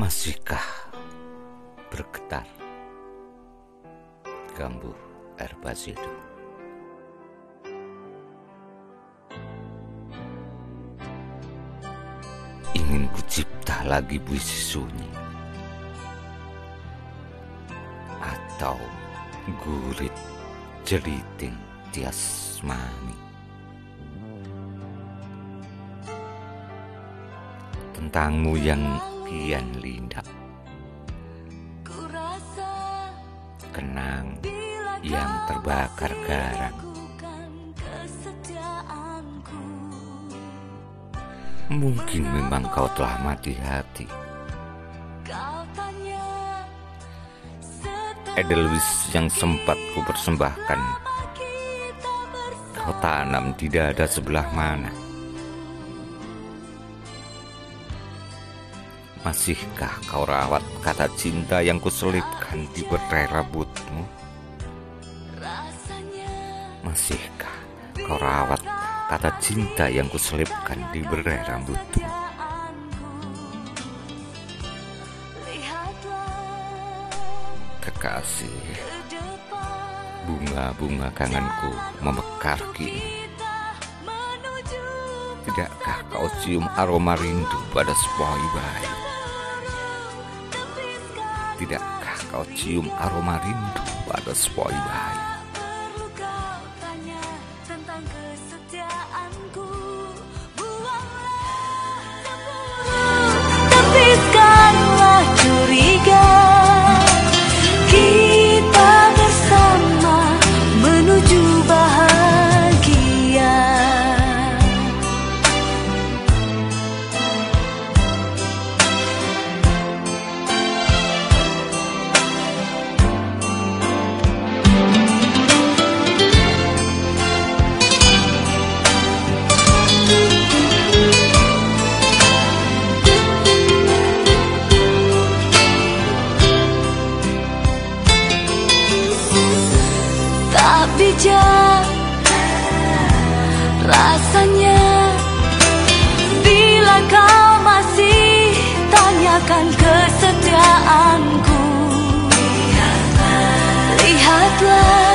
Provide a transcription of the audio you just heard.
Masihkah bergetar Gambuh Airbazido? Ingin ku cipta lagi puisi sunyi atau gurit jeliting tias mami tentangmu yang kian lindak, kenang yang terbakar garam. Mungkin memang kau telah mati hati. Edelweiss yang sempat ku persembahkan, kau tanam di dada sebelah mana? Masihkah kau rawat kata cinta yang kuselipkan di berai rambutmu? Masihkah kau rawat kata cinta yang kuselipkan di berai rambutmu? Kekasih, bunga-bunga kangenku memekar kini. Tidakkah kau cium aroma rindu pada sepoi bayi? Tidakkah kau cium aroma rindu pada sepoi bayi? Tepiskanlah curiga, kita bersama menuju bahagia. Tak bijak rasanya bila kau masih tanyakan kesetiaanku. Lihatlah